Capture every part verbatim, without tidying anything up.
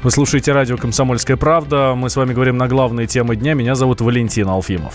Вы слушаете радио «Комсомольская правда». Мы с вами говорим на главные темы дня. Меня зовут Валентин Алфимов.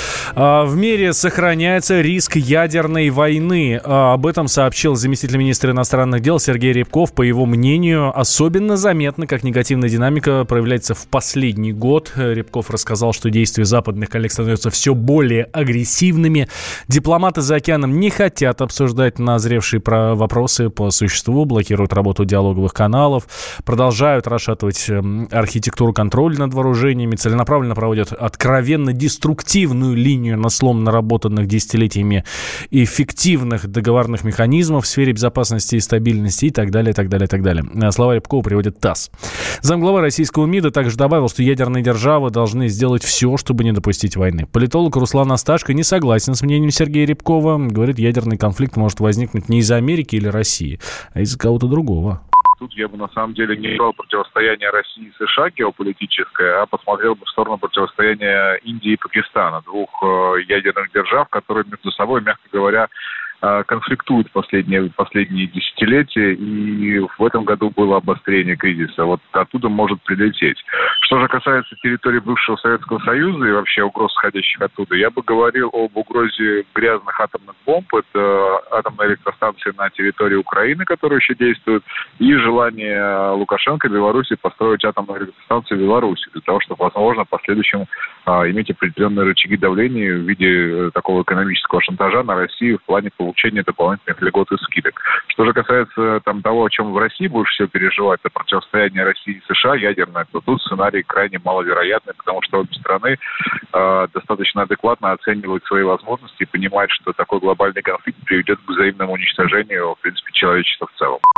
В мире сохраняется риск ядерной войны. Об этом сообщил заместитель министра иностранных дел Сергей Рябков. По его мнению, особенно заметно, как негативная динамика проявляется в последний год. Рябков рассказал, что действия западных коллег становятся все более агрессивными. Дипломаты за океаном не хотят обсуждать назревшие вопросы по существу, блокируют работу диалоговых каналов, продолжают расшатывать архитектуру контроля над вооружениями, целенаправленно проводят откровенно деструктивную линию на слом наработанных десятилетиями эффективных договорных механизмов в сфере безопасности и стабильности и так далее, так далее, так далее. Слова Рябкова приводит ТАСС. Замглавы российского МИДа также добавил, что ядерные державы должны сделать все, чтобы не допустить войны. Политолог Руслан Асташко не согласен с мнением Сергея Рябкова. Говорит, ядерный конфликт может возникнуть не из-за Америки или России, а из-за кого-то другого. Тут я бы на самом деле не брал противостояние России и США геополитическое, а посмотрел бы в сторону противостояния Индии и Пакистана, двух э, ядерных держав, которые между собой, мягко говоря, конфликтуют последние, последние десятилетия, и в этом году было обострение кризиса. Вот оттуда может прилететь. Что же касается территории бывшего Советского Союза и вообще угроз, исходящих оттуда, я бы говорил об угрозе грязных атомных бомб. Это атомная электростанция на территории Украины, которая еще действует, и желание Лукашенко, Беларуси, построить атомную электростанцию в Беларуси, для того, чтобы, возможно, в последующем а, иметь определенные рычаги давления в виде такого экономического шантажа на Россию в плане получения дополнительных льгот и скидок. Что же касается там, того, о чем в России больше всего переживать, это противостояние России и США ядерное, то тут сценарий крайне маловероятный, потому что обе страны э, достаточно адекватно оценивают свои возможности и понимают, что такой глобальный конфликт приведет к взаимному уничтожению, в принципе, человечества в целом.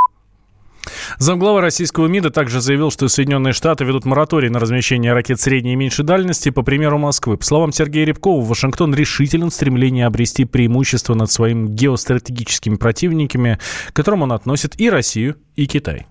Замглава российского МИДа также заявил, что Соединенные Штаты ведут мораторий на размещение ракет средней и меньшей дальности, по примеру Москвы. По словам Сергея Рябкова, Вашингтон решителен в стремлении обрести преимущество над своими геостратегическими противниками, к которым он относит и Россию, и Китай.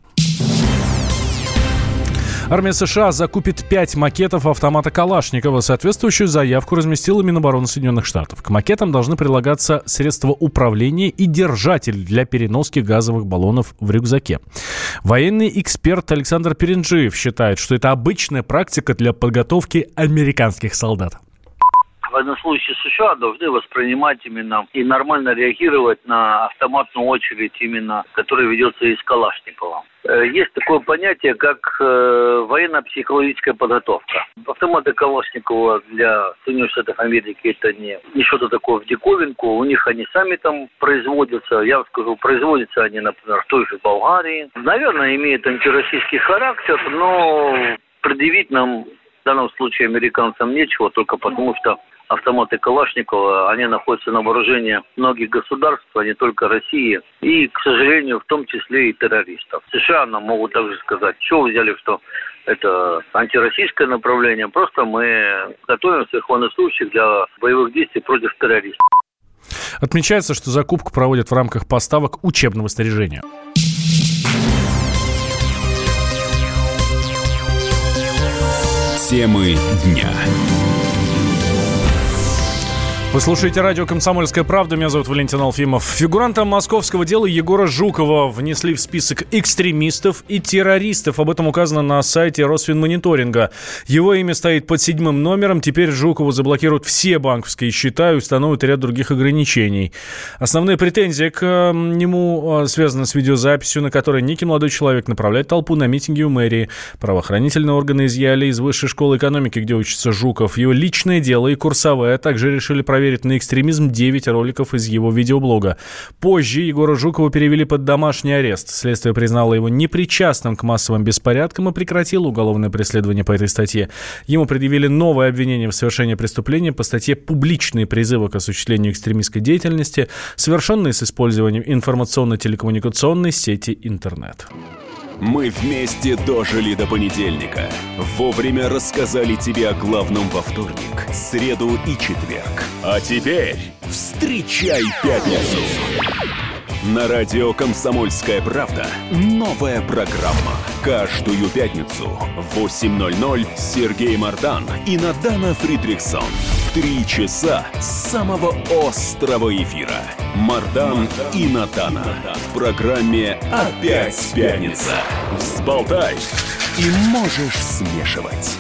Армия США закупит пять макетов автомата Калашникова. Соответствующую заявку разместила Минобороны Соединенных Штатов. К макетам должны прилагаться средства управления и держатель для переноски газовых баллонов в рюкзаке. Военный эксперт Александр Перенджиев считает, что это обычная практика для подготовки американских солдат. Военнослужащие США должны воспринимать именно и нормально реагировать на автоматную очередь, именно, которая ведется из Калашникова. Есть такое понятие, как э, военно-психологическая подготовка. Автоматы Калашникова для Соединенных Штатов Америки это не, не что-то такое в диковинку. У них они сами там производятся. Я вам скажу, производятся они, например, в той же Болгарии. Наверное, имеют антироссийский характер, но предъявить нам в данном случае американцам нечего, только потому что автоматы Калашникова, они находятся на вооружении многих государств, а не только России. И, к сожалению, в том числе и террористов. США нам могут также сказать, что вы взяли, что это антироссийское направление. Просто мы готовим своих военнослужащих для боевых действий против террористов. Отмечается, что закупку проводят в рамках поставок учебного снаряжения. Темы дня. Вы слушаете радио «Комсомольская правда». Меня зовут Валентин Алфимов. Фигуранта московского дела Егора Жукова внесли в список экстремистов и террористов. Об этом указано на сайте Росфинмониторинга. Его имя стоит под седьмым номером. Теперь Жукову заблокируют все банковские счета и установят ряд других ограничений. Основные претензии к нему связаны с видеозаписью, на которой некий молодой человек направляет толпу на митинги у мэрии. Правоохранительные органы изъяли из Высшей школы экономики, где учится Жуков, его личное дело и курсовая. Также решили проверить проверить на экстремизм девять роликов из его видеоблога. Позже Егора Жукова перевели под домашний арест. Следствие признало его непричастным к массовым беспорядкам и прекратило уголовное преследование по этой статье. Ему предъявили новое обвинение в совершении преступления по статье «Публичные призывы к осуществлению экстремистской деятельности, совершенные с использованием информационно-телекоммуникационной сети интернет». Мы вместе дожили до понедельника. Вовремя рассказали тебе о главном во вторник, среду и четверг. А теперь встречай пятницу. На радио «Комсомольская правда» новая программа. Каждую пятницу в восемь ноль ноль Сергей Мардан и Надана Фридрихсон. Три часа самого острого эфира. Мардан и Надана. В программе «Опять пятница». Взболтай и можешь смешивать.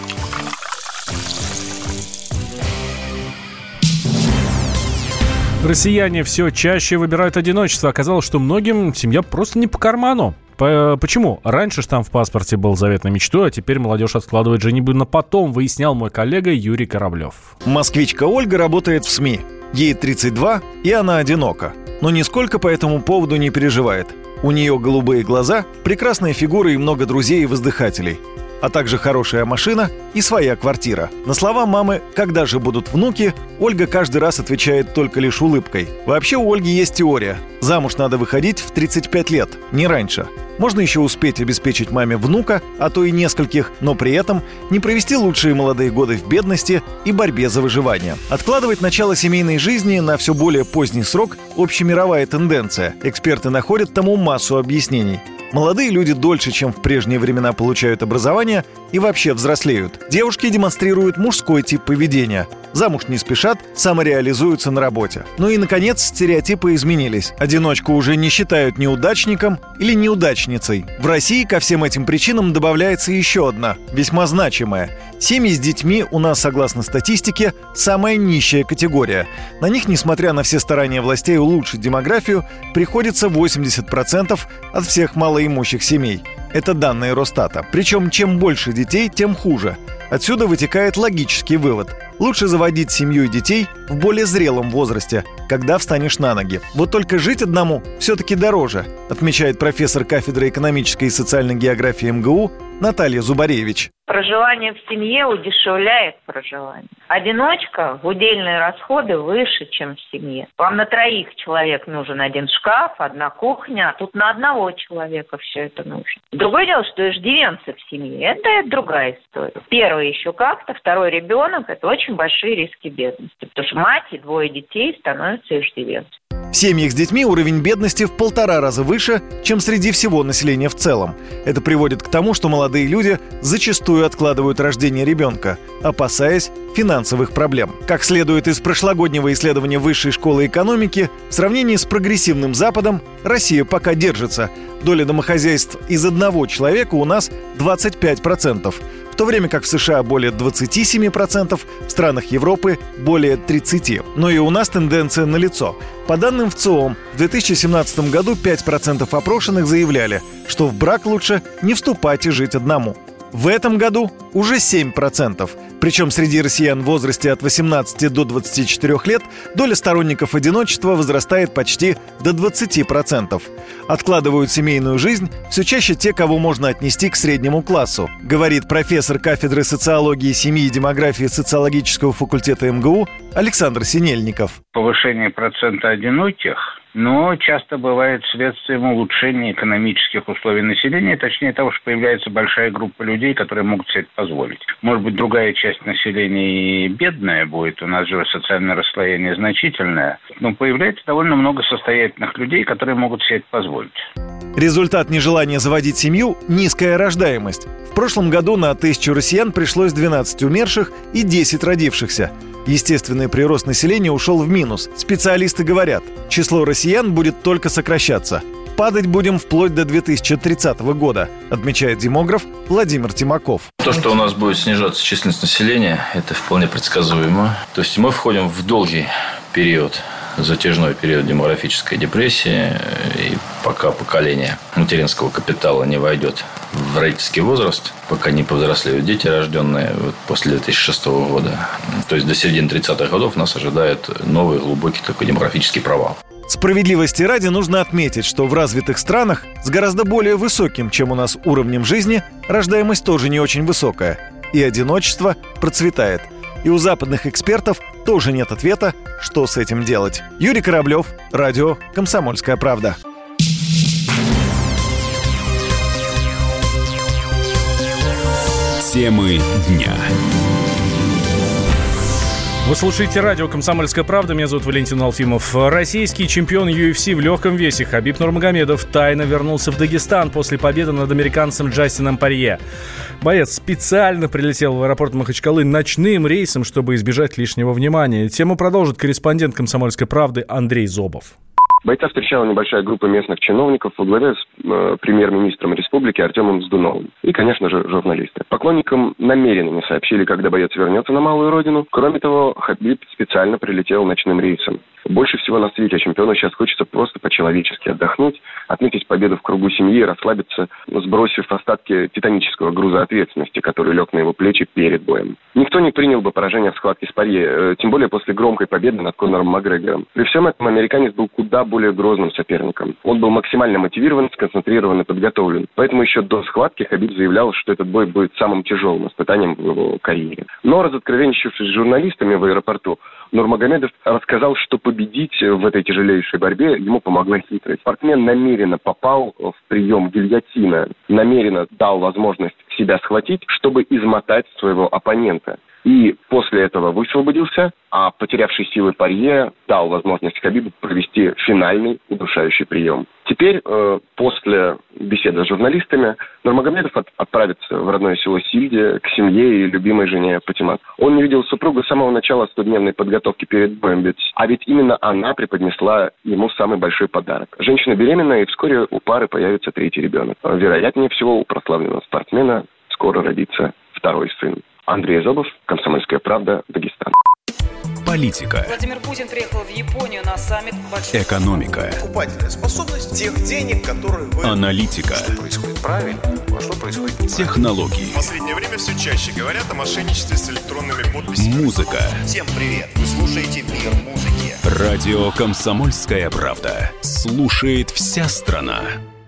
Россияне все чаще выбирают одиночество. Оказалось, что многим семья просто не по карману. Почему? Раньше штамп в паспорте был заветной мечтой, а теперь молодежь откладывает женитьбу на потом, выяснял мой коллега Юрий Кораблев. Москвичка Ольга работает в СМИ. Ей тридцать два, и она одинока. Но нисколько по этому поводу не переживает. У нее голубые глаза, прекрасная фигура и много друзей и воздыхателей. А также хорошая машина и своя квартира. На слова мамы «когда же будут внуки?» Ольга каждый раз отвечает только лишь улыбкой. Вообще у Ольги есть теория. Замуж надо выходить в тридцать пять лет, не раньше. Можно еще успеть обеспечить маме внука, а то и нескольких, но при этом не провести лучшие молодые годы в бедности и борьбе за выживание. Откладывать начало семейной жизни на все более поздний срок – общемировая тенденция. Эксперты находят тому массу объяснений. Молодые люди дольше, чем в прежние времена, получают образование и вообще взрослеют. Девушки демонстрируют мужской тип поведения. Замуж не спешат, самореализуются на работе. Ну и, наконец, стереотипы изменились. Одиночку уже не считают неудачником или неудачницей. В России ко всем этим причинам добавляется еще одна, весьма значимая. Семьи с детьми у нас, согласно статистике, самая нищая категория. На них, несмотря на все старания властей улучшить демографию, приходится восемьдесят процентов от всех малоимущих семей. Это данные Росстата. Причем, чем больше детей, тем хуже. Отсюда вытекает логический вывод. Лучше заводить семью и детей в более зрелом возрасте, когда встанешь на ноги. Вот только жить одному все-таки дороже, отмечает профессор кафедры экономической и социальной географии эм гэ у Наталья Зубаревич. Проживание в семье удешевляет проживание. Одиночка, удельные расходы выше, чем в семье. Вам на троих человек нужен один шкаф, одна кухня, а тут на одного человека все это нужно. Другое дело, что иждивенцы в семье, это другая история. Первый еще как-то, второй ребенок, это очень большие риски бедности, потому что мать и двое детей становятся иждивенцами. В семьях с детьми уровень бедности в полтора раза выше, чем среди всего населения в целом. Это приводит к тому, что молодые люди зачастую откладывают рождение ребенка, опасаясь финансовых проблем. Как следует из прошлогоднего исследования Высшей школы экономики, в сравнении с прогрессивным Западом Россия пока держится. Доля домохозяйств из одного человека у нас двадцать пять процентов. В то время как в США более двадцать семь процентов, в странах Европы более тридцать процентов. Но и у нас тенденция налицо. По данным ВЦИОМ, в две тысячи семнадцатом году пять процентов опрошенных заявляли, что в брак лучше не вступать и жить одному. В этом году уже семь процентов. Причем среди россиян в возрасте от восемнадцати до двадцати четырёх лет доля сторонников одиночества возрастает почти до двадцати процентов. Откладывают семейную жизнь все чаще те, кого можно отнести к среднему классу, говорит профессор кафедры социологии, семьи и демографии социологического факультета эм гэ у Александр Синельников. Повышение процента одиноких, но часто бывает следствием улучшения экономических условий населения, точнее того, что появляется большая группа людей, которые могут себе это позволить. Может быть, другая часть населения и бедная будет, у нас же социальное расслоение значительное, но появляется довольно много состоятельных людей, которые могут себе это позволить. Результат нежелания заводить семью – низкая рождаемость. В прошлом году на тысячу россиян пришлось двенадцать умерших и десять родившихся. Естественный прирост населения ушел в минус. Специалисты говорят, число россиян будет только сокращаться. Падать будем вплоть до две тысячи тридцатого года, отмечает демограф Владимир Тимаков. То, что у нас будет снижаться численность населения, это вполне предсказуемо. То есть мы входим в долгий период, затяжной период демографической депрессии, и пока поколение материнского капитала не войдет в родительский возраст, пока не повзрослеют дети, рожденные вот после две тысячи шестого года. То есть до середины тридцатых годов нас ожидает новый глубокий такой демографический провал. Справедливости ради нужно отметить, что в развитых странах с гораздо более высоким, чем у нас, уровнем жизни, рождаемость тоже не очень высокая. И одиночество процветает. И у западных экспертов тоже нет ответа, что с этим делать. Юрий Кораблев, радио «Комсомольская правда». Темы дня. Вы слушаете радио «Комсомольская правда». Меня зовут Валентин Алфимов. Российский чемпион ю эф си в легком весе Хабиб Нурмагомедов тайно вернулся в Дагестан после победы над американцем Джастином Порье. Боец специально прилетел в аэропорт Махачкалы ночным рейсом, чтобы избежать лишнего внимания. Тему продолжит корреспондент «Комсомольской правды» Андрей Зобов. Бойца встречала небольшая группа местных чиновников во главе с э, премьер-министром республики Артемом Сдуновым. И, конечно же, журналисты. Поклонникам намеренно не сообщили, когда боец вернется на малую родину. Кроме того, Хабиб специально прилетел ночным рейсом. Больше всего на свете чемпиону сейчас хочется просто по-человечески отдохнуть, отметить победу в кругу семьи, расслабиться, сбросив остатки титанического груза ответственности, который лег на его плечи перед боем. Никто не принял бы поражение в схватке с Порье, тем более после громкой победы над Конором Макгрегором. При всем этом американец был куда более грозным соперником. Он был максимально мотивирован, сконцентрирован и подготовлен. Поэтому еще до схватки Хабиб заявлял, что этот бой будет самым тяжелым испытанием в его карьере. Но, разоткровенничавшись с журналистами в аэропорту, Нурмагомедов рассказал, что победить в этой тяжелейшей борьбе ему помогла хитрость. Спортсмен намеренно попал в прием гильотина, намеренно дал возможность себя схватить, чтобы измотать своего оппонента. И после этого высвободился, а потерявший силы Порье дал возможность Хабибу провести финальный удушающий прием. Теперь, э, после беседы с журналистами, Нурмагомедов от, отправится в родное село Сильде к семье и любимой жене Патимат. Он не видел супругу с самого начала стодневной подготовки перед боем, ведь, а ведь именно она преподнесла ему самый большой подарок. Женщина беременна, и вскоре у пары появится третий ребенок. Вероятнее всего, у прославленного спортсмена скоро родится второй сын. Андрей Зобов, «Комсомольская правда», Дагестан. Политика. Владимир Путин приехал в Японию на саммит большой... Экономика. Покупательная способность тех денег, которые вы... Аналитика. Что происходит правильно, а что происходит неправильно. Технологии. В последнее время все чаще говорят о мошенничестве с электронными подписями. Музыка. Всем привет, вы слушаете «Мир музыки». Радио «Комсомольская правда». Слушает вся страна.